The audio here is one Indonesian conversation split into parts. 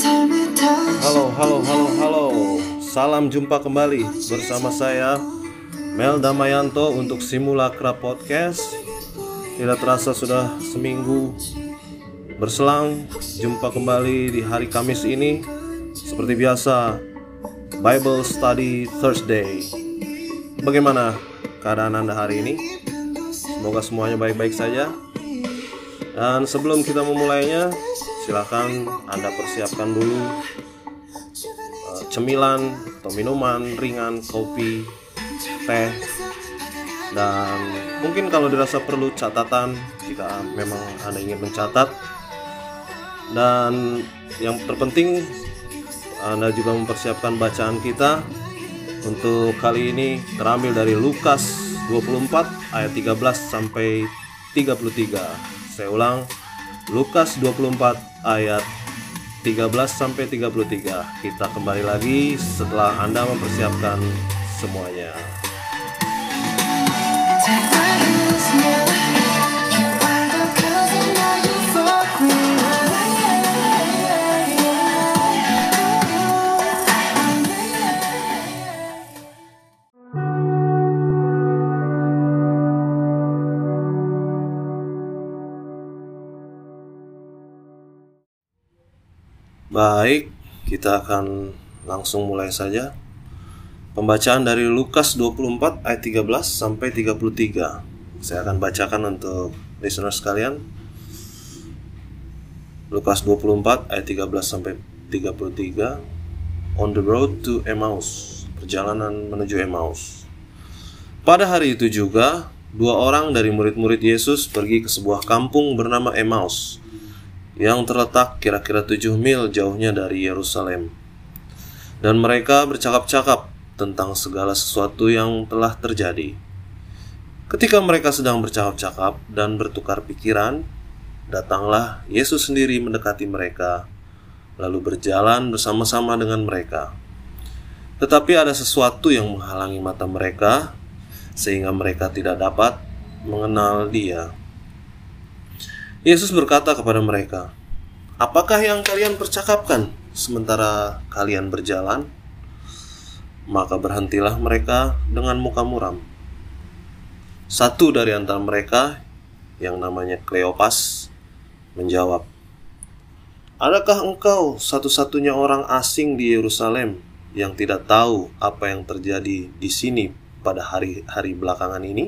Halo. Salam jumpa kembali bersama saya Mel Damayanto untuk Simulacra Podcast. Tidak terasa sudah seminggu berselang, jumpa kembali di hari Kamis ini. Seperti biasa, Bible Study Thursday. Bagaimana keadaan Anda hari ini? Semoga semuanya baik-baik saja. Dan sebelum kita memulainya, silakan Anda persiapkan dulu cemilan atau minuman ringan, kopi, teh, dan mungkin kalau dirasa perlu catatan jika memang Anda ingin mencatat. Dan yang terpenting, Anda juga mempersiapkan bacaan kita. Untuk kali ini terambil dari Lukas 24 ayat 13 sampai 33. Saya ulang, Lukas 24 ayat 13 sampai 33. Kita kembali lagi setelah Anda mempersiapkan semuanya. Baik, kita akan langsung mulai saja. Pembacaan dari Lukas 24 ayat 13 sampai 33. Saya akan bacakan untuk listener sekalian. Lukas 24 ayat 13 sampai 33. On the road to Emmaus, perjalanan menuju Emmaus. Pada hari itu juga, dua orang dari murid-murid Yesus pergi ke sebuah kampung bernama Emmaus, yang terletak kira-kira 7 mil jauhnya dari Yerusalem. Dan mereka bercakap-cakap tentang segala sesuatu yang telah terjadi. Ketika mereka sedang bercakap-cakap dan bertukar pikiran, datanglah Yesus sendiri mendekati mereka, lalu berjalan bersama-sama dengan mereka. Tetapi ada sesuatu yang menghalangi mata mereka, sehingga mereka tidak dapat mengenal Dia. Yesus berkata kepada mereka, "Apakah yang kalian percakapkan sementara kalian berjalan?" Maka berhentilah mereka dengan muka muram. Satu dari antara mereka, yang namanya Kleopas, menjawab, "Adakah engkau satu-satunya orang asing di Yerusalem yang tidak tahu apa yang terjadi di sini pada hari-hari belakangan ini?"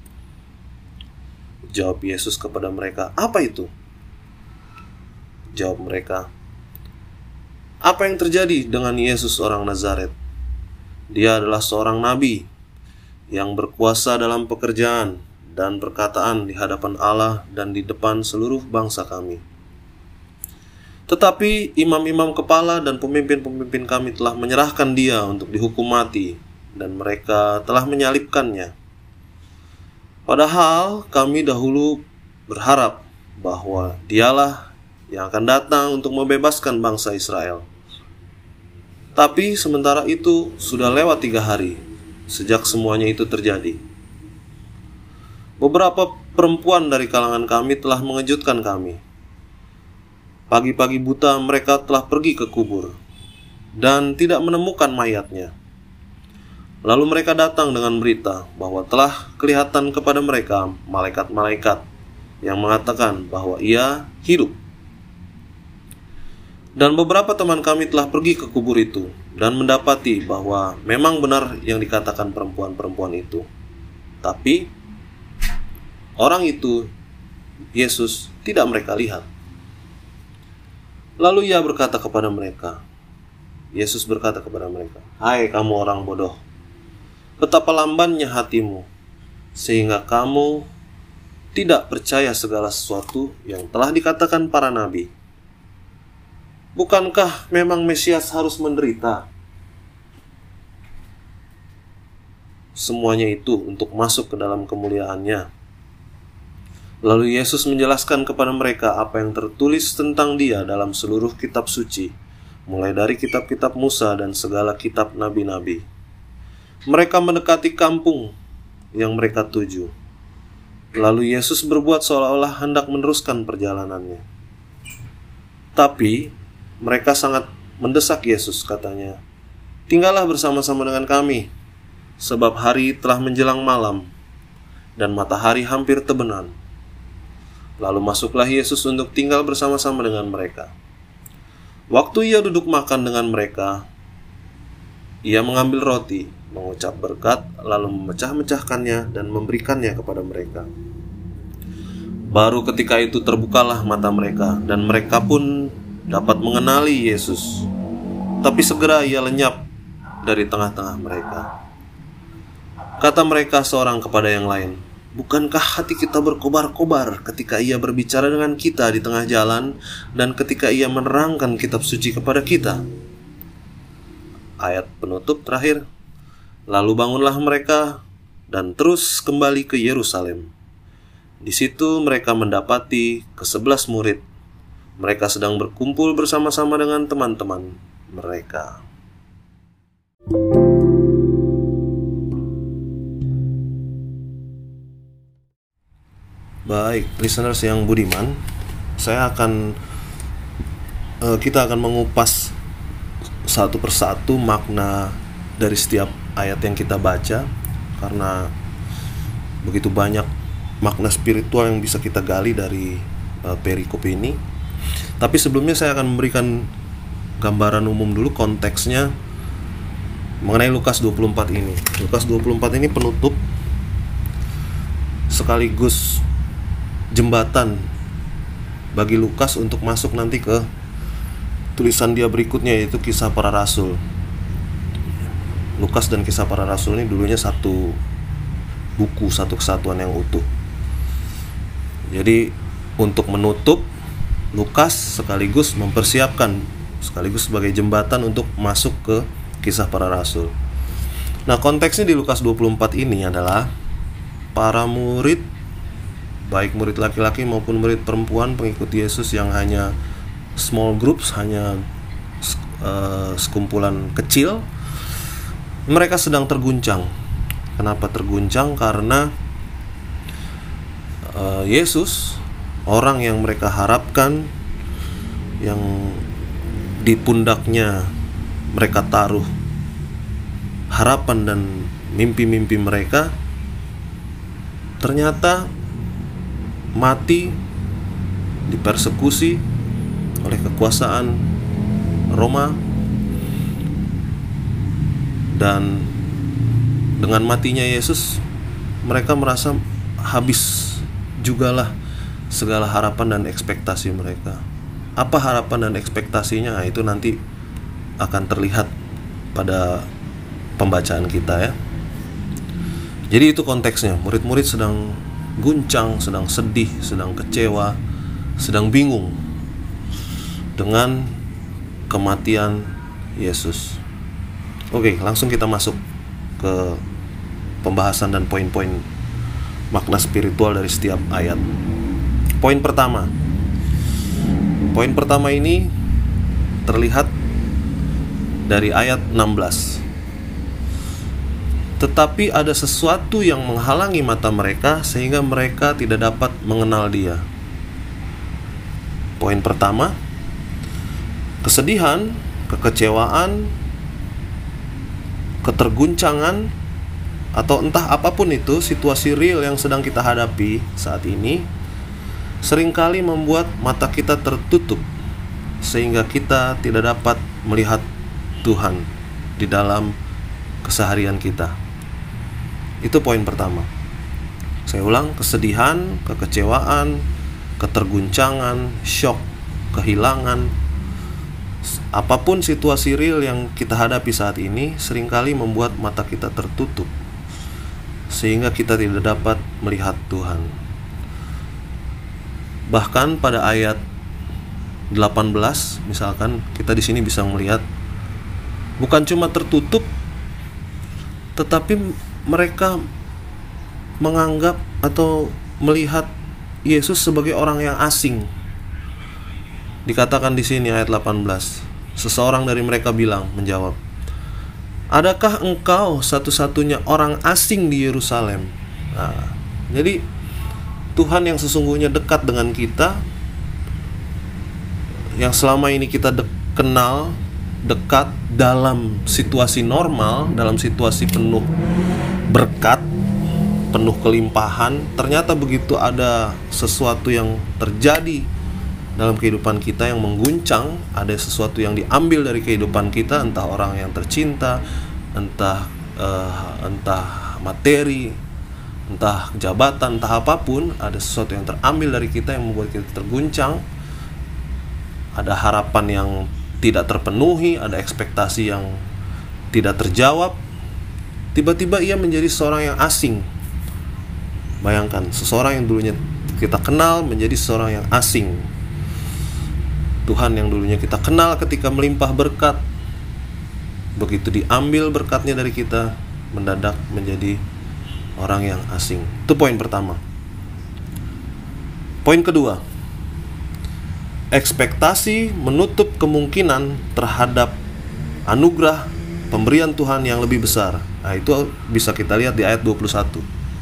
Jawab Yesus kepada mereka, "Apa itu?" Jawab mereka, "Apa yang terjadi dengan Yesus orang Nazaret? Dia adalah seorang nabi yang berkuasa dalam pekerjaan dan perkataan di hadapan Allah dan di depan seluruh bangsa kami. Tetapi imam-imam kepala dan pemimpin-pemimpin kami telah menyerahkan dia untuk dihukum mati, dan mereka telah menyalibkannya. Padahal kami dahulu berharap bahwa Dialah yang akan datang untuk membebaskan bangsa Israel. Tapi sementara itu sudah lewat 3 hari sejak semuanya itu terjadi. Beberapa perempuan dari kalangan kami telah mengejutkan kami. Pagi-pagi buta mereka telah pergi ke kubur dan tidak menemukan mayatnya. Lalu mereka datang dengan berita bahwa telah kelihatan kepada mereka malaikat-malaikat yang mengatakan bahwa ia hidup. Dan beberapa teman kami telah pergi ke kubur itu dan mendapati bahwa memang benar yang dikatakan perempuan-perempuan itu. Tapi orang itu, Yesus, tidak mereka lihat." Lalu ia berkata kepada mereka, Yesus berkata kepada mereka, "Hai kamu orang bodoh, betapa lambannya hatimu, sehingga kamu tidak percaya segala sesuatu yang telah dikatakan para nabi. Bukankah memang Mesias harus menderita? Semuanya itu untuk masuk ke dalam kemuliaannya." Lalu Yesus menjelaskan kepada mereka apa yang tertulis tentang Dia dalam seluruh kitab suci, mulai dari kitab-kitab Musa dan segala kitab nabi-nabi. Mereka mendekati kampung yang mereka tuju. Lalu Yesus berbuat seolah-olah hendak meneruskan perjalanannya. Tapi mereka sangat mendesak Yesus, katanya, "Tinggallah bersama-sama dengan kami, sebab hari telah menjelang malam, dan matahari hampir terbenam." Lalu masuklah Yesus untuk tinggal bersama-sama dengan mereka. Waktu ia duduk makan dengan mereka, ia mengambil roti, mengucap berkat, lalu memecah-mecahkannya dan memberikannya kepada mereka. Baru ketika itu terbukalah mata mereka, dan mereka pun dapat mengenali Yesus. Tapi segera ia lenyap dari tengah-tengah mereka. Kata mereka seorang kepada yang lain, "Bukankah hati kita berkobar-kobar ketika ia berbicara dengan kita di tengah jalan dan ketika ia menerangkan kitab suci kepada kita?" Ayat penutup terakhir. Lalu bangunlah mereka dan terus kembali ke Yerusalem. Di situ mereka mendapati ke-11 murid. Mereka sedang berkumpul bersama-sama dengan teman-teman mereka. Baik, listeners yang budiman, kita akan mengupas satu persatu makna dari setiap ayat yang kita baca, karena begitu banyak makna spiritual yang bisa kita gali dari perikop ini. Tapi sebelumnya saya akan memberikan gambaran umum dulu, konteksnya mengenai Lukas 24 ini. Lukas 24 ini penutup sekaligus jembatan bagi Lukas untuk masuk nanti ke tulisan dia berikutnya, yaitu Kisah Para Rasul. Lukas dan Kisah Para Rasul ini dulunya satu buku, satu kesatuan yang utuh. Jadi untuk menutup, Lukas sekaligus mempersiapkan, sekaligus sebagai jembatan untuk masuk ke Kisah Para Rasul. Nah, konteksnya di Lukas 24 ini adalah para murid, baik murid laki-laki maupun murid perempuan pengikut Yesus yang hanya small groups, hanya sekumpulan kecil, mereka sedang terguncang. Kenapa terguncang? Karena Yesus, orang yang mereka harapkan, yang di pundaknya mereka taruh harapan dan mimpi-mimpi mereka, ternyata mati, dipersekusi oleh kekuasaan Roma. Dan dengan matinya Yesus, mereka merasa habis jugalah segala harapan dan ekspektasi mereka. Apa harapan dan ekspektasinya? Nah, itu nanti akan terlihat pada pembacaan kita ya. Jadi itu konteksnya. Murid-murid sedang guncang, sedang sedih, sedang kecewa, sedang bingung dengan kematian Yesus. Oke, langsung kita masuk ke pembahasan dan poin-poin makna spiritual dari setiap ayat. Poin pertama ini terlihat dari ayat 16. Tetapi ada sesuatu yang menghalangi mata mereka sehingga mereka tidak dapat mengenal Dia. Poin pertama, kesedihan, kekecewaan, keterguncangan, atau entah apapun itu situasi real yang sedang kita hadapi saat ini, seringkali membuat mata kita tertutup sehingga kita tidak dapat melihat Tuhan di dalam keseharian kita. Itu poin pertama. Saya ulang, kesedihan, kekecewaan, keterguncangan, shock, kehilangan, apapun situasi real yang kita hadapi saat ini seringkali membuat mata kita tertutup sehingga kita tidak dapat melihat Tuhan. Bahkan pada ayat 18 misalkan, kita di sini bisa melihat bukan cuma tertutup, tetapi mereka menganggap atau melihat Yesus sebagai orang yang asing. Dikatakan di sini ayat 18, seseorang dari mereka menjawab, "Adakah engkau satu-satunya orang asing di Yerusalem?" Nah, jadi Tuhan yang sesungguhnya dekat dengan kita, yang selama ini kita kenal, dekat dalam situasi normal, dalam situasi penuh berkat, penuh kelimpahan, ternyata begitu ada sesuatu yang terjadi dalam kehidupan kita yang mengguncang, ada sesuatu yang diambil dari kehidupan kita, entah orang yang tercinta, entah materi, entah jabatan, entah apapun, ada sesuatu yang terambil dari kita yang membuat kita terguncang, ada harapan yang tidak terpenuhi, ada ekspektasi yang tidak terjawab. Tiba-tiba ia menjadi seorang yang asing. Bayangkan, seseorang yang dulunya kita kenal menjadi seorang yang asing. Tuhan yang dulunya kita kenal ketika melimpah berkat, begitu diambil berkatnya dari kita, mendadak menjadi orang yang asing. Itu poin pertama. Poin kedua, ekspektasi menutup kemungkinan terhadap anugerah pemberian Tuhan yang lebih besar. Nah, itu bisa kita lihat di ayat 21.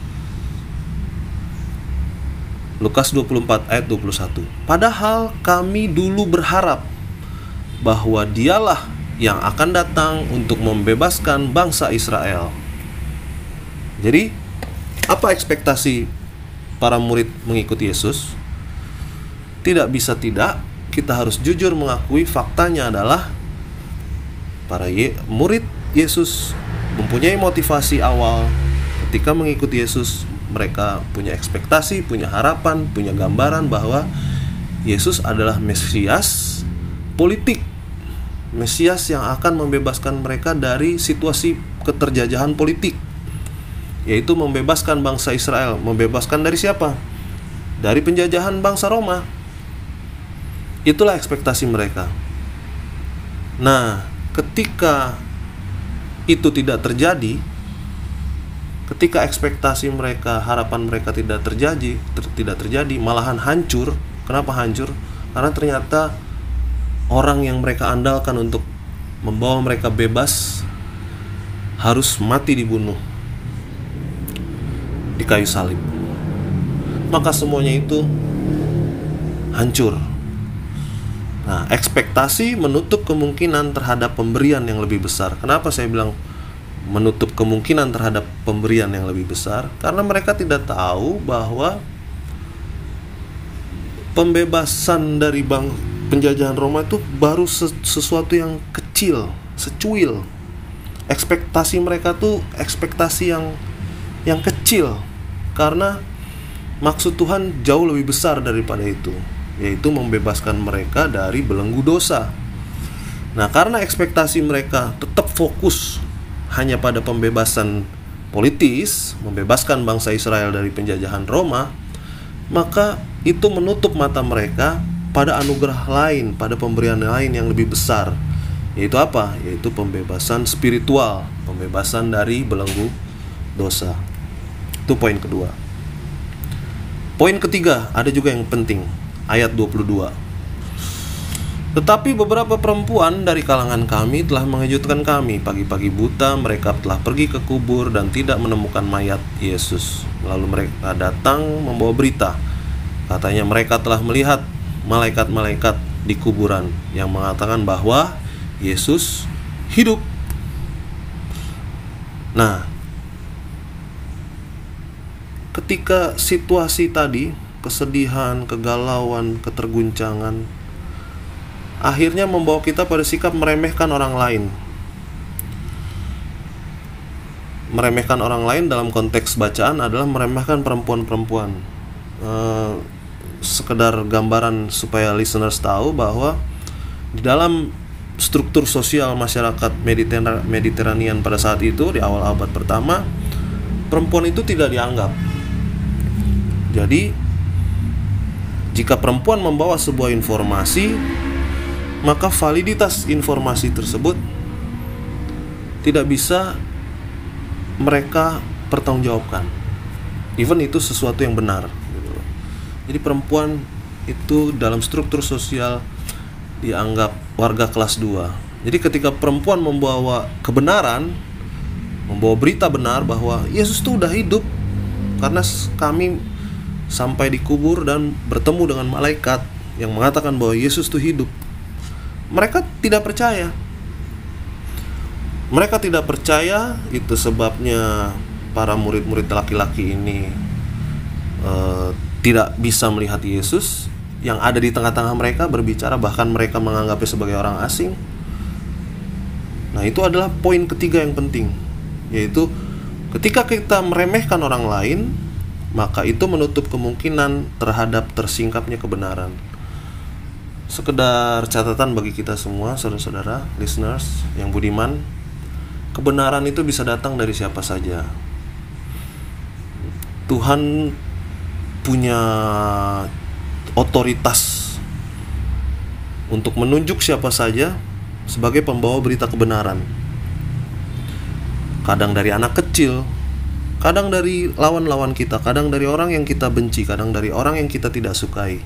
Lukas 24 ayat 21. Padahal kami dulu berharap bahwa Dialah yang akan datang untuk membebaskan bangsa Israel. Jadi, apa ekspektasi para murid mengikuti Yesus? Tidak bisa tidak, kita harus jujur mengakui faktanya adalah para murid Yesus mempunyai motivasi awal ketika mengikuti Yesus. Mereka punya ekspektasi, punya harapan, punya gambaran bahwa Yesus adalah Mesias politik, Mesias yang akan membebaskan mereka dari situasi keterjajahan politik, yaitu membebaskan bangsa Israel. Membebaskan dari siapa? Dari penjajahan bangsa Roma. Itulah ekspektasi mereka. Nah, ketika itu tidak terjadi, ketika ekspektasi mereka, harapan mereka tidak terjadi, malahan hancur. Kenapa hancur? Karena ternyata orang yang mereka andalkan untuk membawa mereka bebas harus mati dibunuh di kayu salib. Maka semuanya itu hancur. Nah, ekspektasi menutup kemungkinan terhadap pemberian yang lebih besar. Kenapa saya bilang menutup kemungkinan terhadap pemberian yang lebih besar? Karena mereka tidak tahu bahwa pembebasan dari penjajahan Roma itu baru sesuatu yang kecil, secuil. Ekspektasi mereka tuh ekspektasi yang kecil, karena maksud Tuhan jauh lebih besar daripada itu, yaitu membebaskan mereka dari belenggu dosa. Nah, karena ekspektasi mereka tetap fokus hanya pada pembebasan politis, membebaskan bangsa Israel dari penjajahan Roma, maka itu menutup mata mereka pada anugerah lain, pada pemberian lain yang lebih besar. Yaitu apa? Yaitu pembebasan spiritual, pembebasan dari belenggu dosa. Itu poin kedua. Poin ketiga, ada juga yang penting, ayat 22. Tetapi beberapa perempuan dari kalangan kami telah mengejutkan kami. Pagi-pagi buta mereka telah pergi ke kubur dan tidak menemukan mayat Yesus. Lalu mereka datang membawa berita. Katanya mereka telah melihat malaikat-malaikat di kuburan yang mengatakan bahwa Yesus hidup. Nah, ketika situasi tadi, kesedihan, kegalauan, keterguncangan, akhirnya membawa kita pada sikap meremehkan orang lain. Meremehkan orang lain dalam konteks bacaan adalah meremehkan perempuan-perempuan. Sekedar gambaran supaya listeners tahu bahwa di dalam struktur sosial masyarakat Mediterranean pada saat itu, di awal abad pertama, perempuan itu tidak dianggap. Jadi, jika perempuan membawa sebuah informasi, maka validitas informasi tersebut tidak bisa mereka pertanggungjawabkan, even itu sesuatu yang benar. Jadi perempuan itu dalam struktur sosial dianggap warga kelas 2. Jadi ketika perempuan membawa kebenaran, membawa berita benar bahwa Yesus itu udah hidup, karena kami sampai di kubur dan bertemu dengan malaikat yang mengatakan bahwa Yesus itu hidup, Mereka tidak percaya. Mereka tidak percaya, itu sebabnya para murid-murid laki-laki ini tidak bisa melihat Yesus yang ada di tengah-tengah mereka berbicara, bahkan mereka menganggapnya sebagai orang asing. Nah, itu adalah poin ketiga yang penting, yaitu ketika kita meremehkan orang lain, maka itu menutup kemungkinan terhadap tersingkapnya kebenaran. Sekedar catatan bagi kita semua, saudara-saudara, listeners yang budiman, kebenaran itu bisa datang dari siapa saja. Tuhan punya otoritas untuk menunjuk siapa saja sebagai pembawa berita kebenaran. Kadang dari anak kecil, kadang dari lawan-lawan kita, kadang dari orang yang kita benci, kadang dari orang yang kita tidak sukai.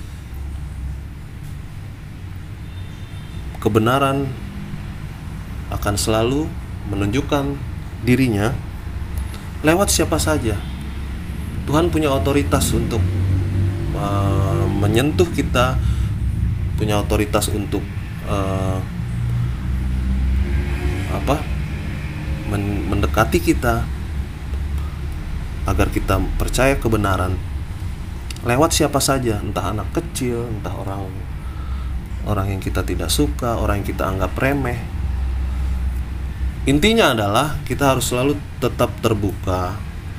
Kebenaran akan selalu menunjukkan dirinya lewat siapa saja. Tuhan punya otoritas untuk menyentuh kita, punya otoritas untuk mendekati kita agar kita percaya kebenaran lewat siapa saja, entah anak kecil, entah orang yang kita tidak suka, orang yang kita anggap remeh. Intinya adalah kita harus selalu tetap terbuka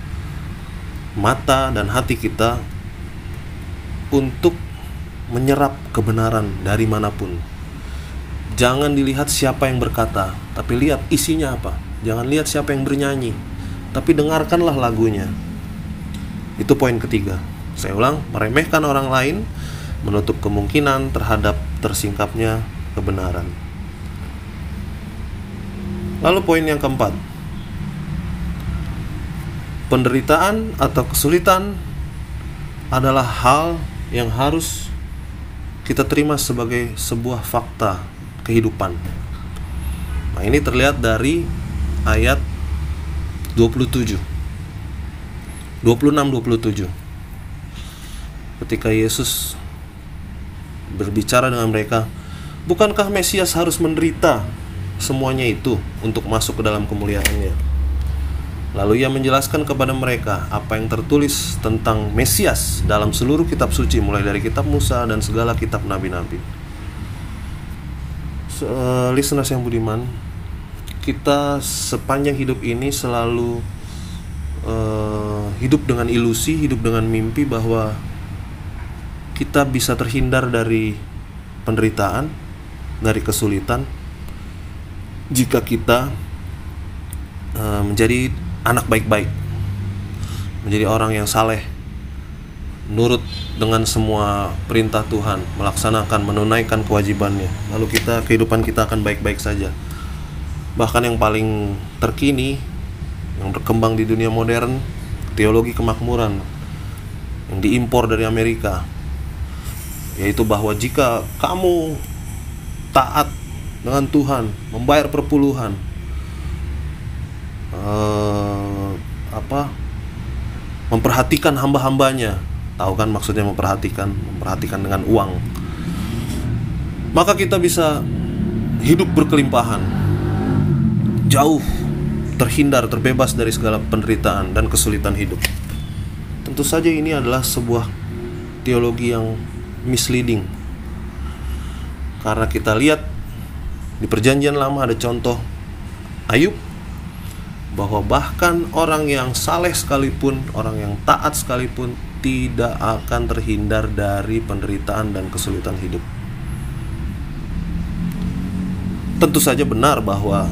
mata dan hati kita untuk menyerap kebenaran dari manapun. Jangan dilihat siapa yang berkata, tapi lihat isinya apa. Jangan lihat siapa yang bernyanyi, tapi dengarkanlah lagunya. Itu poin ketiga. Saya ulang, meremehkan orang lain menutup kemungkinan terhadap tersingkapnya kebenaran. Lalu poin yang keempat, penderitaan atau kesulitan adalah hal yang harus kita terima sebagai sebuah fakta kehidupan. Nah, ini terlihat dari ayat 26-27. Ketika Yesus berbicara dengan mereka, bukankah Mesias harus menderita semuanya itu untuk masuk ke dalam kemuliaannya? Lalu ia menjelaskan kepada mereka apa yang tertulis tentang Mesias dalam seluruh kitab suci, mulai dari kitab Musa dan segala kitab nabi-nabi. Listeners yang budiman, kita sepanjang hidup ini selalu hidup dengan ilusi, hidup dengan mimpi bahwa kita bisa terhindar dari penderitaan, dari kesulitan, jika kita menjadi anak baik-baik, menjadi orang yang saleh, nurut dengan semua perintah Tuhan, melaksanakan, menunaikan kewajibannya, lalu kehidupan kita akan baik-baik saja. Bahkan yang paling terkini, yang berkembang di dunia modern, teologi kemakmuran yang diimpor dari Amerika, yaitu bahwa jika kamu taat dengan Tuhan, membayar perpuluhan, memperhatikan hamba-hambanya, tahu kan maksudnya memperhatikan dengan uang, maka kita bisa hidup berkelimpahan, jauh terhindar, terbebas dari segala penderitaan dan kesulitan hidup. Tentu saja ini adalah sebuah teologi yang misleading, karena kita lihat di Perjanjian Lama ada contoh Ayub, bahwa bahkan orang yang saleh sekalipun, orang yang taat sekalipun, tidak akan terhindar dari penderitaan dan kesulitan hidup. Tentu saja benar bahwa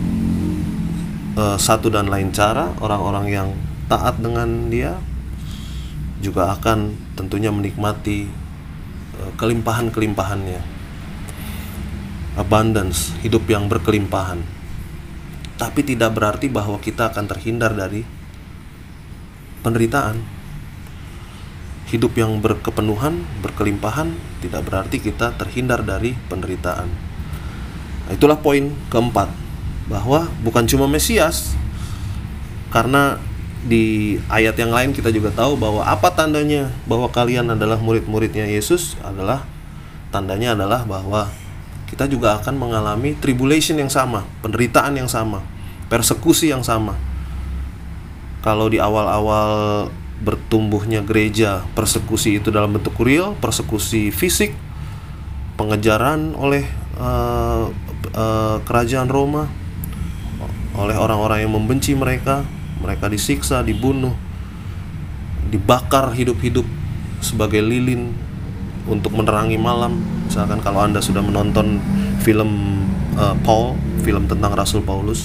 satu dan lain cara orang-orang yang taat dengan dia juga akan tentunya menikmati kelimpahan-kelimpahannya, abundance, hidup yang berkelimpahan. Tapi tidak berarti bahwa kita akan terhindar dari penderitaan. Hidup yang berkepenuhan, berkelimpahan, tidak berarti kita terhindar dari penderitaan. Nah, itulah poin keempat, bahwa bukan cuma Mesias, karena di ayat yang lain kita juga tahu bahwa apa tandanya bahwa kalian adalah murid-muridnya Yesus, adalah tandanya adalah bahwa kita juga akan mengalami tribulation yang sama, penderitaan yang sama, persekusi yang sama. Kalau di awal-awal bertumbuhnya gereja, persekusi itu dalam bentuk real, persekusi fisik, pengejaran oleh kerajaan Roma, oleh orang-orang yang membenci mereka. Mereka disiksa, dibunuh, dibakar hidup-hidup sebagai lilin untuk menerangi malam. Misalkan kalau Anda sudah menonton film Paul, film tentang Rasul Paulus,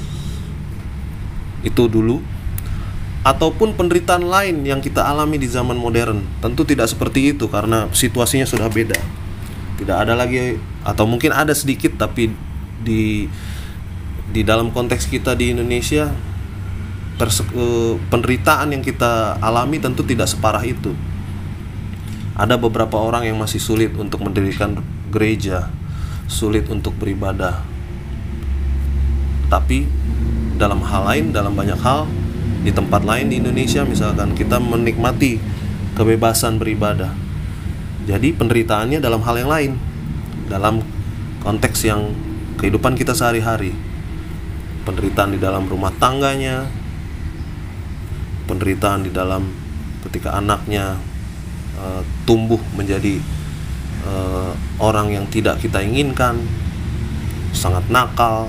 itu dulu. Ataupun penderitaan lain yang kita alami di zaman modern. Tentu tidak seperti itu karena situasinya sudah beda. Tidak ada lagi, atau mungkin ada sedikit, tapi di dalam konteks kita di Indonesia, penderitaan yang kita alami tentu tidak separah itu. Ada beberapa orang yang masih sulit untuk mendirikan gereja, sulit untuk beribadah. Tapi dalam hal lain, dalam banyak hal, di tempat lain di Indonesia misalkan, kita menikmati kebebasan beribadah. Jadi penderitaannya dalam hal yang lain, dalam konteks yang kehidupan kita sehari-hari. Penderitaan di dalam rumah tangganya, penderitaan di dalam ketika anaknya tumbuh menjadi orang yang tidak kita inginkan, sangat nakal,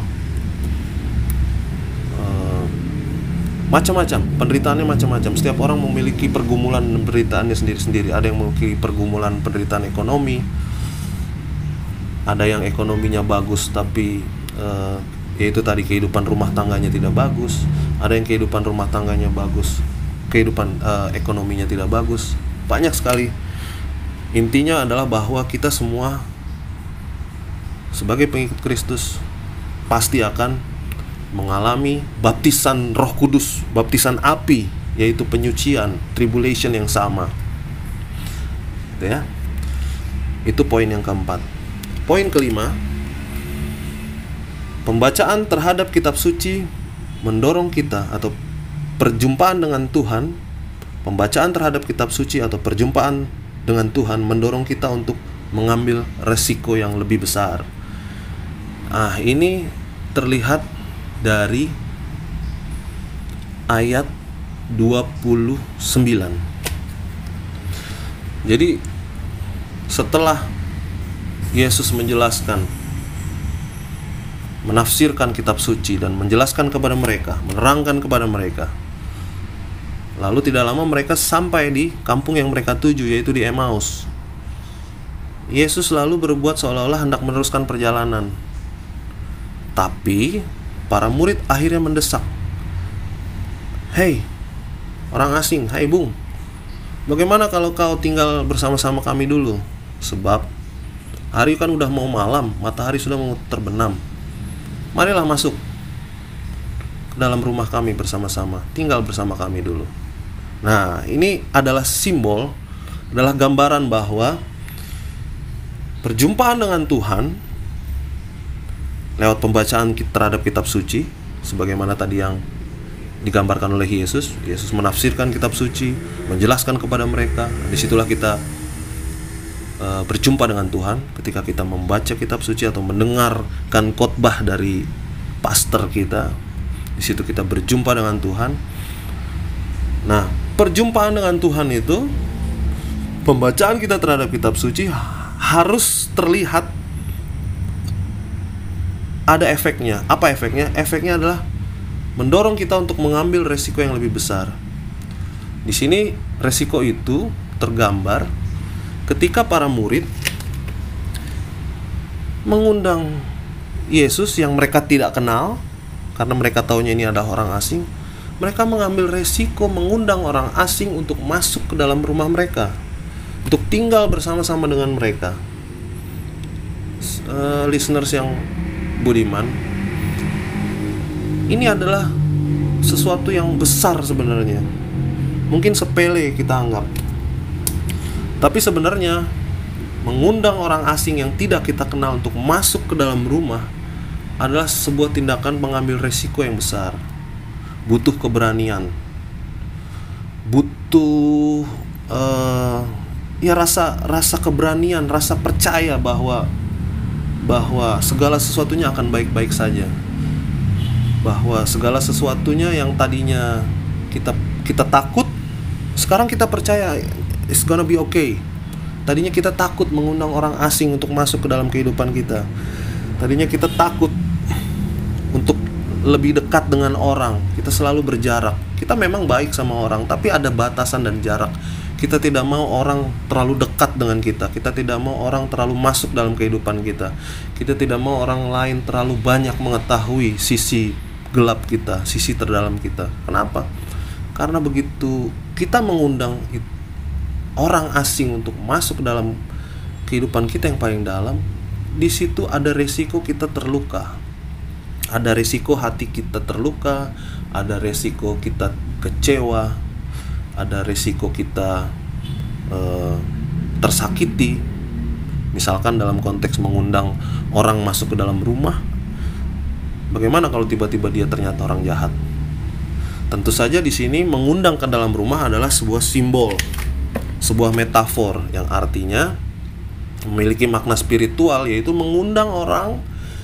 macam-macam, penderitaannya macam-macam. Setiap orang memiliki pergumulan penderitaannya sendiri-sendiri. Ada yang memiliki pergumulan penderitaan ekonomi, ada yang ekonominya bagus tapi yaitu tadi kehidupan rumah tangganya tidak bagus. Ada yang kehidupan rumah tangganya bagus, kehidupan ekonominya tidak bagus. Banyak sekali. Intinya adalah bahwa kita semua sebagai pengikut Kristus pasti akan mengalami baptisan Roh Kudus, baptisan api, yaitu penyucian, tribulation yang sama. Gitu ya. Itu poin yang keempat. Poin kelima, pembacaan terhadap kitab suci mendorong kita, atau perjumpaan dengan Tuhan, pembacaan terhadap kitab suci atau perjumpaan dengan Tuhan mendorong kita untuk mengambil resiko yang lebih besar. Ini terlihat dari ayat 29. Jadi setelah Yesus menjelaskan, menafsirkan kitab suci dan menjelaskan kepada mereka, menerangkan kepada mereka, lalu tidak lama mereka sampai di kampung yang mereka tuju, yaitu di Emmaus. Yesus lalu berbuat seolah-olah hendak meneruskan perjalanan, tapi para murid akhirnya mendesak, "Hei, orang asing, hai Bung, bagaimana kalau kau tinggal bersama-sama kami dulu? Sebab hari kan udah mau malam, matahari sudah mau terbenam. Marilah masuk ke dalam rumah kami bersama-sama, tinggal bersama kami dulu." Nah, ini adalah simbol, adalah gambaran bahwa perjumpaan dengan Tuhan lewat pembacaan terhadap kitab suci, sebagaimana tadi yang digambarkan oleh Yesus. Yesus menafsirkan kitab suci, menjelaskan kepada mereka. Disitulah kita berjumpa dengan Tuhan, ketika kita membaca kitab suci atau mendengarkan khotbah dari pastor kita. Di situ kita berjumpa dengan Tuhan. Nah, perjumpaan dengan Tuhan itu, pembacaan kita terhadap kitab suci harus terlihat ada efeknya. Apa efeknya? Efeknya adalah mendorong kita untuk mengambil resiko yang lebih besar. Di sini resiko itu tergambar ketika para murid mengundang Yesus yang mereka tidak kenal, karena mereka taunya ini adalah orang asing. Mereka mengambil resiko mengundang orang asing untuk masuk ke dalam rumah mereka, untuk tinggal bersama-sama dengan mereka. Listeners yang budiman, ini adalah sesuatu yang besar sebenarnya. Mungkin sepele kita anggap, tapi sebenarnya mengundang orang asing yang tidak kita kenal untuk masuk ke dalam rumah adalah sebuah tindakan mengambil resiko yang besar. Butuh keberanian, butuh rasa keberanian, rasa percaya bahwa bahwa segala sesuatunya akan baik-baik saja. Bahwa segala sesuatunya yang tadinya kita takut, sekarang kita percaya it's gonna be okay. Tadinya kita takut mengundang orang asing untuk masuk ke dalam kehidupan kita. Tadinya kita takut untuk lebih dekat dengan orang. Kita selalu berjarak. Kita memang baik sama orang, tapi ada batasan dan jarak. Kita tidak mau orang terlalu dekat dengan kita. Kita tidak mau orang terlalu masuk dalam kehidupan kita. Kita tidak mau orang lain terlalu banyak mengetahui sisi gelap kita, sisi terdalam kita. Kenapa? Karena begitu kita mengundang orang asing untuk masuk ke dalam kehidupan kita yang paling dalam, di situ ada resiko kita terluka. Ada resiko hati kita terluka, ada resiko kita kecewa, ada resiko kita tersakiti. Misalkan dalam konteks mengundang orang masuk ke dalam rumah, bagaimana kalau tiba-tiba dia ternyata orang jahat? Tentu saja di sini mengundang ke dalam rumah adalah sebuah simbol, sebuah metafor yang artinya memiliki makna spiritual, yaitu mengundang orang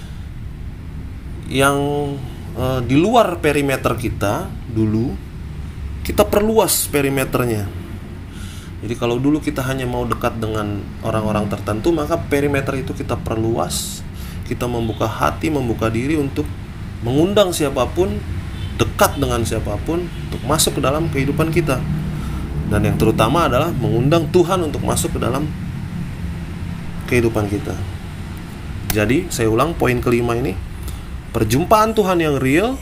yang di luar perimeter kita. Dulu kita perluas perimeternya. Jadi kalau dulu kita hanya mau dekat dengan orang-orang tertentu, maka perimeter itu kita perluas. Kita membuka hati, membuka diri untuk mengundang siapapun, dekat dengan siapapun untuk masuk ke dalam kehidupan kita. Dan yang terutama adalah mengundang Tuhan untuk masuk ke dalam kehidupan kita. Jadi saya ulang poin kelima ini. Perjumpaan Tuhan yang real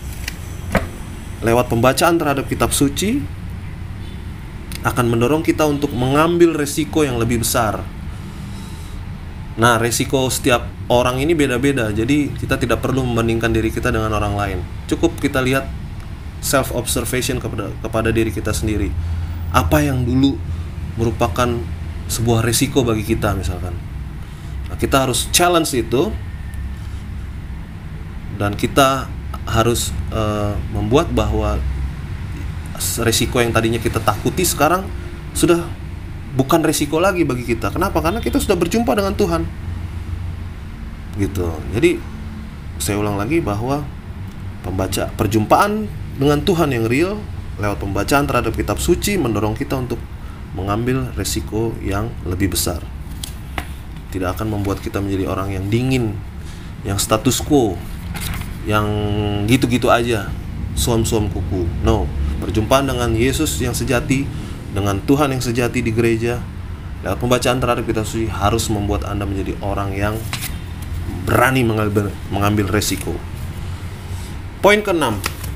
lewat pembacaan terhadap kitab suci akan mendorong kita untuk mengambil resiko yang lebih besar. Nah, resiko setiap orang ini beda-beda. Jadi kita tidak perlu membandingkan diri kita dengan orang lain. Cukup kita lihat self-observation kepada diri kita sendiri. Apa yang dulu merupakan sebuah resiko bagi kita misalkan. Nah, kita harus challenge itu. Dan kita harus membuat bahwa resiko yang tadinya kita takuti sekarang sudah bukan resiko lagi bagi kita. Kenapa? Karena kita sudah berjumpa dengan Tuhan. Gitu. Jadi saya ulang lagi bahwa perjumpaan dengan Tuhan yang real lewat pembacaan terhadap kitab suci mendorong kita untuk mengambil resiko yang lebih besar. Tidak akan membuat kita menjadi orang yang dingin, yang status quo, yang gitu-gitu aja, suam-suam kuku. No, perjumpaan dengan Yesus yang sejati, dengan Tuhan yang sejati di gereja lewat pembacaan terhadap kitab suci harus membuat Anda menjadi orang yang berani mengambil resiko. Poin ke-6,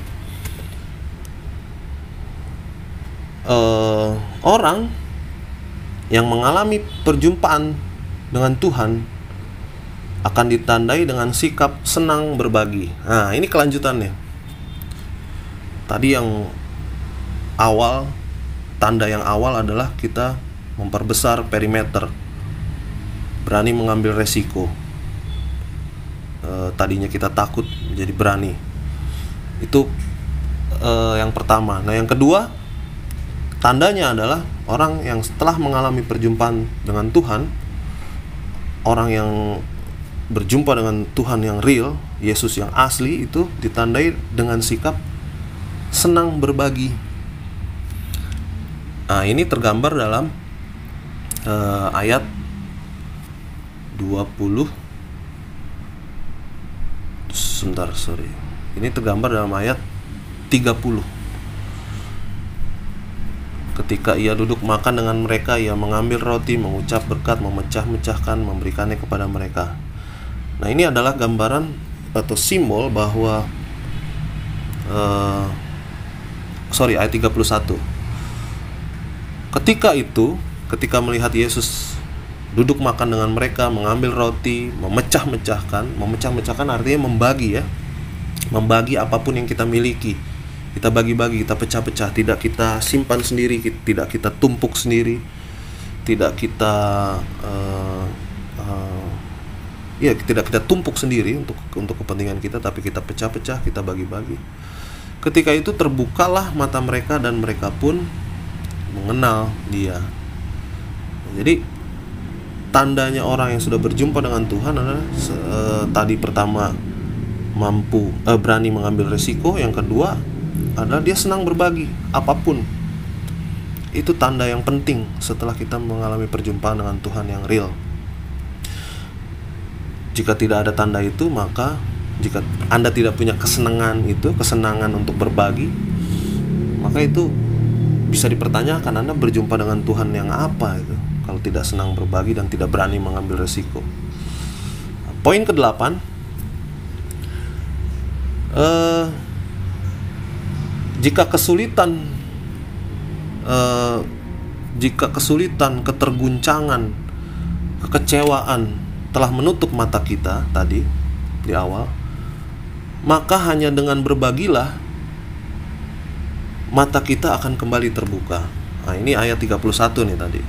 orang yang mengalami perjumpaan dengan Tuhan akan ditandai dengan sikap senang berbagi. Nah, ini kelanjutannya. Tadi yang awal, tanda yang awal adalah kita memperbesar perimeter, berani mengambil resiko. Tadinya kita takut menjadi berani. Itu yang pertama. Nah, yang kedua, tandanya adalah orang yang setelah mengalami perjumpaan dengan Tuhan, orang yang berjumpa dengan Tuhan yang real, Yesus yang asli, itu ditandai dengan sikap senang berbagi. Nah, ini tergambar dalam ayat 20. Ini tergambar dalam ayat 30. Ketika ia duduk makan dengan mereka, ia mengambil roti, mengucap berkat, memecah-mecahkan, memberikannya kepada mereka. Nah, ini adalah gambaran atau simbol bahwa ayat 31. Ketika melihat Yesus duduk makan dengan mereka, mengambil roti, memecah-mecahkan artinya membagi ya. Membagi apapun yang kita miliki. Kita bagi-bagi, kita pecah-pecah, tidak kita simpan sendiri, tidak kita tumpuk sendiri, tidak kita tidak kita tumpuk sendiri untuk kepentingan kita, tapi kita pecah-pecah, kita bagi-bagi. Ketika itu terbukalah mata mereka dan mereka pun mengenal Dia. Jadi tandanya orang yang sudah berjumpa dengan Tuhan adalah tadi pertama berani mengambil resiko, yang kedua adalah dia senang berbagi apapun. Itu tanda yang penting setelah kita mengalami perjumpaan dengan Tuhan yang real. Jika tidak ada tanda itu, maka jika Anda tidak punya kesenangan untuk berbagi, maka itu bisa dipertanyakan Anda berjumpa dengan Tuhan yang apa itu, kalau tidak senang berbagi dan tidak berani mengambil resiko. Poin ke-8, jika kesulitan, keterguncangan, kekecewaan telah menutup mata kita tadi di awal, maka hanya dengan berbagilah mata kita akan kembali terbuka. Nah, ini ayat 31 nih tadi.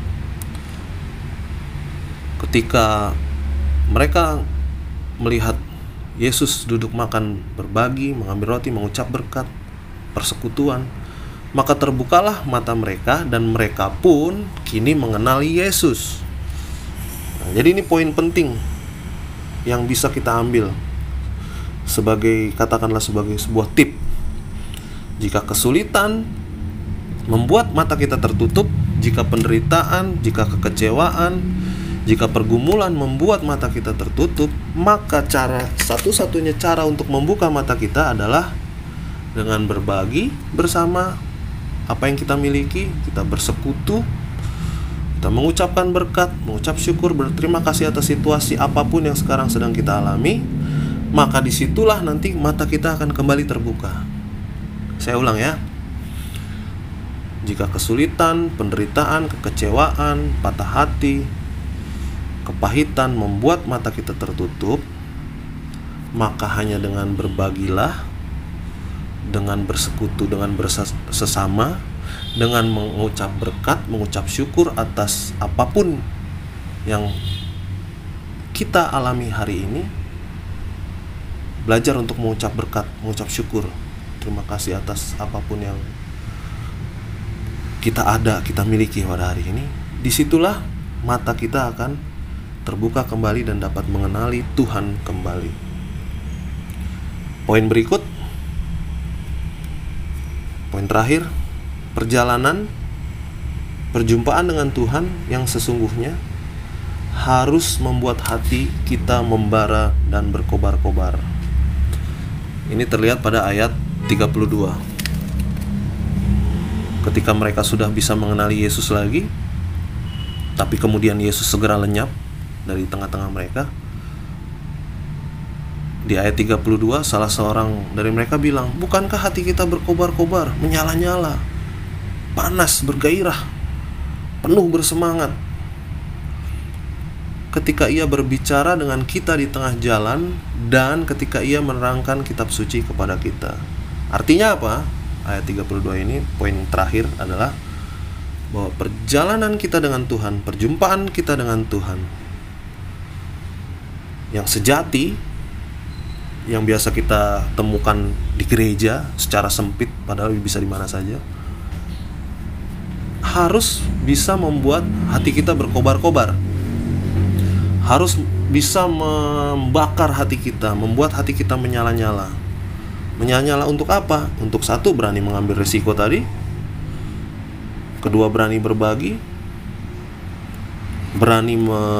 Ketika mereka melihat Yesus duduk makan, berbagi, mengambil roti, mengucap berkat, persekutuan, maka terbukalah mata mereka dan mereka pun kini mengenali Yesus. Nah, jadi ini poin penting yang bisa kita ambil katakanlah sebagai sebuah tip. Jika kesulitan membuat mata kita tertutup, jika penderitaan, jika kekecewaan, jika pergumulan membuat mata kita tertutup, maka satu-satunya cara untuk membuka mata kita adalah dengan berbagi bersama apa yang kita miliki, kita bersekutu, kita mengucapkan berkat, mengucap syukur, berterima kasih atas situasi apapun yang sekarang sedang kita alami. Maka disitulah nanti mata kita akan kembali terbuka. Saya ulang ya. Jika kesulitan, penderitaan, kekecewaan, patah hati, kepahitan membuat mata kita tertutup, maka hanya dengan berbagilah, dengan bersekutu dengan sesama, dengan mengucap berkat, mengucap syukur atas apapun yang kita alami hari ini. Belajar untuk mengucap berkat, mengucap syukur, terima kasih atas apapun yang kita miliki pada hari ini. Disitulah mata kita akan terbuka kembali dan dapat mengenali Tuhan kembali. Poin berikut, poin terakhir, perjumpaan dengan Tuhan yang sesungguhnya harus membuat hati kita membara dan berkobar-kobar. Ini terlihat pada ayat 32. Ketika mereka sudah bisa mengenali Yesus lagi, tapi kemudian Yesus segera lenyap dari tengah-tengah mereka. Di ayat 32, salah seorang dari mereka bilang, "Bukankah hati kita berkobar-kobar, menyala-nyala, panas, bergairah, penuh bersemangat ketika ia berbicara dengan kita di tengah jalan dan ketika ia menerangkan kitab suci kepada kita." Artinya apa? Ayat 32 ini, poin terakhir adalah bahwa perjalanan kita dengan Tuhan, perjumpaan kita dengan Tuhan yang sejati, yang biasa kita temukan di gereja secara sempit, padahal bisa di mana saja, harus bisa membuat hati kita berkobar-kobar, harus bisa membakar hati kita, membuat hati kita menyala-nyala. Menyala-nyala untuk apa? Untuk satu, berani mengambil risiko tadi, kedua, berani berbagi, berani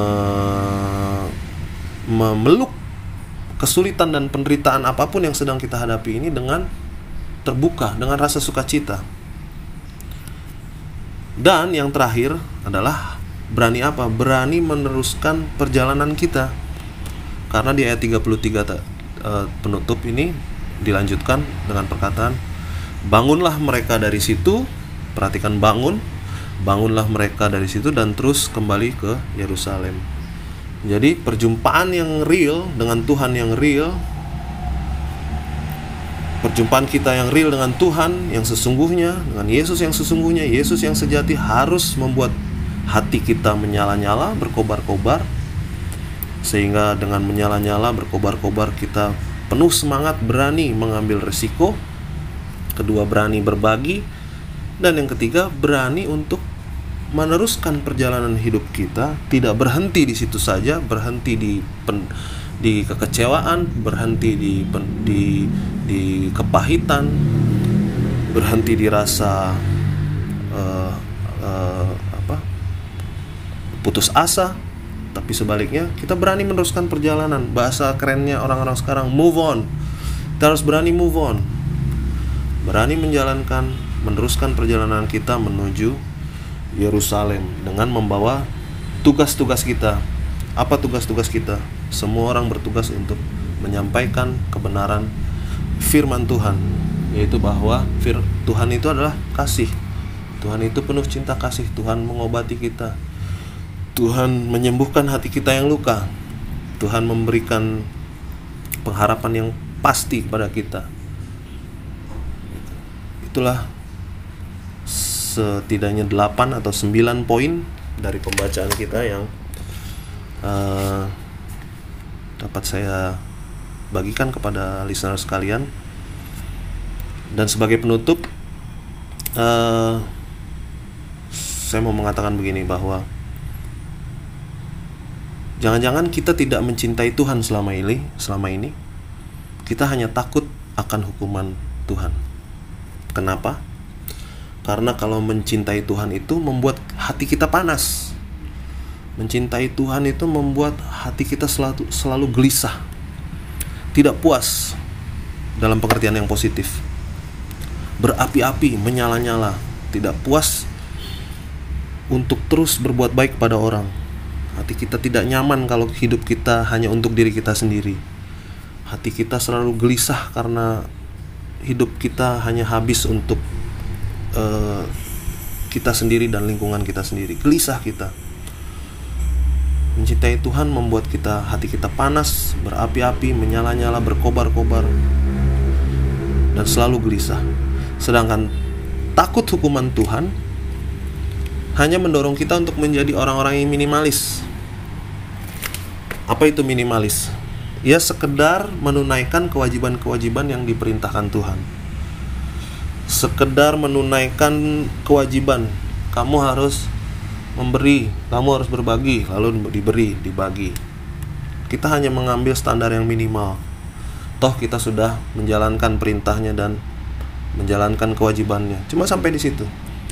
memeluk kesulitan dan penderitaan apapun yang sedang kita hadapi ini dengan terbuka, dengan rasa sukacita. Dan yang terakhir adalah berani apa? Berani meneruskan perjalanan kita. Karena di ayat 33 penutup ini dilanjutkan dengan perkataan, "Bangunlah mereka dari situ." Perhatikan, bangunlah mereka dari situ dan terus kembali ke Yerusalem. Jadi perjumpaan yang real dengan Tuhan yang real, perjumpaan kita yang real dengan Tuhan yang sesungguhnya, dengan Yesus yang sesungguhnya, Yesus yang sejati, harus membuat hati kita menyala-nyala, berkobar-kobar. Sehingga dengan menyala-nyala, berkobar-kobar, kita penuh semangat, berani mengambil resiko. Kedua, berani berbagi. Dan yang ketiga, berani untuk meneruskan perjalanan hidup kita, tidak berhenti di situ saja, berhenti di kekecewaan, berhenti di kepahitan, berhenti di rasa putus asa, tapi sebaliknya kita berani meneruskan perjalanan. Bahasa kerennya orang-orang sekarang, move on. Kita harus berani move on, berani meneruskan perjalanan kita menuju Yerusalem dengan membawa tugas-tugas kita. Apa tugas-tugas kita? Semua orang bertugas untuk menyampaikan kebenaran firman Tuhan, yaitu bahwa Tuhan itu adalah kasih. Tuhan itu penuh cinta kasih. Tuhan mengobati kita. Tuhan menyembuhkan hati kita yang luka. Tuhan memberikan pengharapan yang pasti kepada kita. Itulah setidaknya 8 atau 9 poin dari pembacaan kita yang dapat saya bagikan kepada listener sekalian. Dan sebagai penutup, saya mau mengatakan begini, bahwa jangan-jangan kita tidak mencintai Tuhan selama ini. Kita hanya takut akan hukuman Tuhan. Kenapa? Karena kalau mencintai Tuhan itu membuat hati kita panas. Mencintai Tuhan itu membuat hati kita selalu gelisah, tidak puas dalam pengertian yang positif, berapi-api, menyala-nyala, tidak puas untuk terus berbuat baik pada orang. Hati kita tidak nyaman kalau hidup kita hanya untuk diri kita sendiri. Hati kita selalu gelisah karena hidup kita hanya habis untuk kita sendiri dan lingkungan kita sendiri. Gelisah kita. Mencintai Tuhan membuat hati kita panas, berapi-api, menyala-nyala, berkobar-kobar, dan selalu gelisah. Sedangkan takut hukuman Tuhan hanya mendorong kita untuk menjadi orang-orang yang minimalis. Apa itu minimalis? Ya, sekedar menunaikan kewajiban-kewajiban yang diperintahkan Tuhan. Sekedar menunaikan kewajiban. Kamu harus memberi, kamu harus berbagi, lalu dibagi. Kita hanya mengambil standar yang minimal. Toh kita sudah menjalankan perintahnya dan menjalankan kewajibannya. Cuma sampai di situ.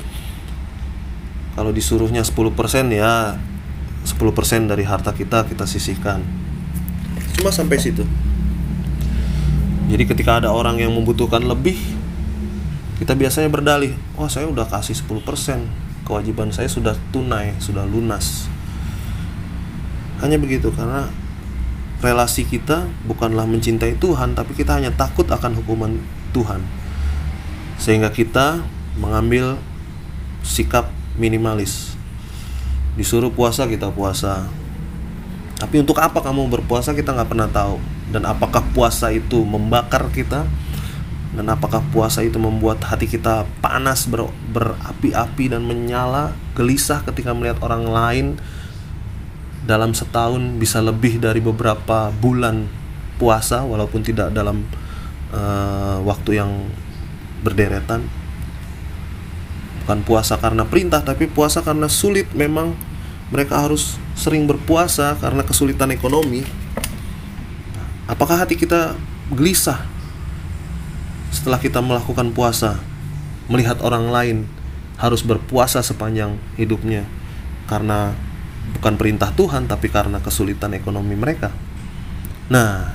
Kalau disuruhnya 10%, ya 10% dari harta kita sisihkan. Cuma sampai situ. Jadi ketika ada orang yang membutuhkan lebih, kita biasanya berdalih, "Oh, saya udah kasih 10%, kewajiban saya sudah tunai, sudah lunas." Hanya begitu, karena relasi kita bukanlah mencintai Tuhan, tapi kita hanya takut akan hukuman Tuhan. Sehingga kita mengambil sikap minimalis. Disuruh puasa, kita puasa. Tapi untuk apa kamu berpuasa, kita gak pernah tahu. Dan apakah puasa itu membakar kita? Dan apakah puasa itu membuat hati kita panas, berapi-api dan menyala, gelisah ketika melihat orang lain dalam setahun bisa lebih dari beberapa bulan puasa, walaupun tidak dalam waktu yang berderetan. Bukan puasa karena perintah, tapi puasa karena sulit. Memang mereka harus sering berpuasa karena kesulitan ekonomi. Apakah hati kita gelisah setelah kita melakukan puasa, melihat orang lain harus berpuasa sepanjang hidupnya karena bukan perintah Tuhan, tapi karena kesulitan ekonomi mereka? Nah,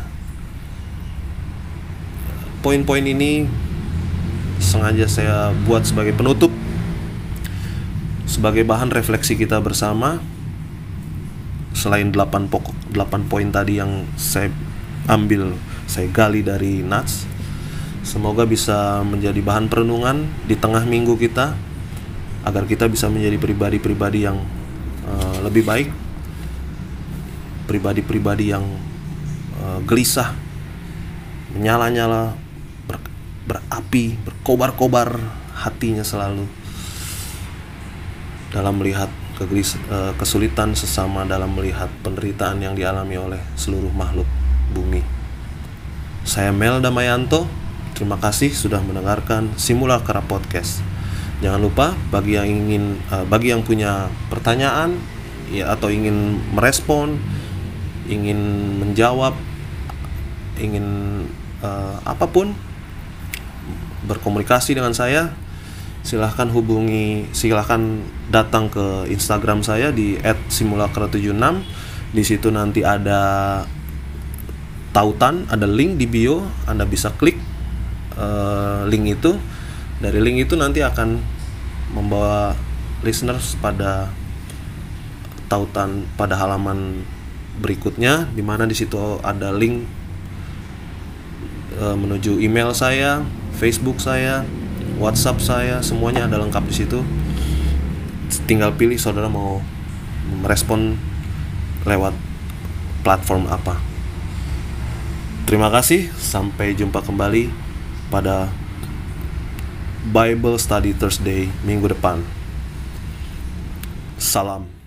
poin-poin ini sengaja saya buat sebagai penutup, sebagai bahan refleksi kita bersama. Selain 8 poin tadi yang saya gali dari Nats, semoga bisa menjadi bahan perenungan di tengah minggu kita, agar kita bisa menjadi pribadi-pribadi yang lebih baik, pribadi-pribadi yang gelisah, menyala-nyala, berapi, berkobar-kobar hatinya selalu dalam melihat kesulitan sesama, dalam melihat penderitaan yang dialami oleh seluruh makhluk bumi. Saya Mel Damayanto. Terima kasih sudah mendengarkan Simulacra Podcast. Jangan lupa bagi yang punya pertanyaan ya, atau ingin merespon, ingin menjawab, ingin apapun, berkomunikasi dengan saya, silahkan datang ke Instagram saya di @simulacra76. Di situ nanti ada tautan, ada link di bio. Anda bisa klik link itu. Dari link itu nanti akan membawa listeners pada tautan pada halaman berikutnya, di mana di situ ada link menuju email saya, Facebook saya, WhatsApp saya, semuanya ada lengkap di situ. Tinggal pilih saudara mau merespon lewat platform apa. Terima kasih, sampai jumpa kembali pada Bible Study Thursday minggu depan. Salam.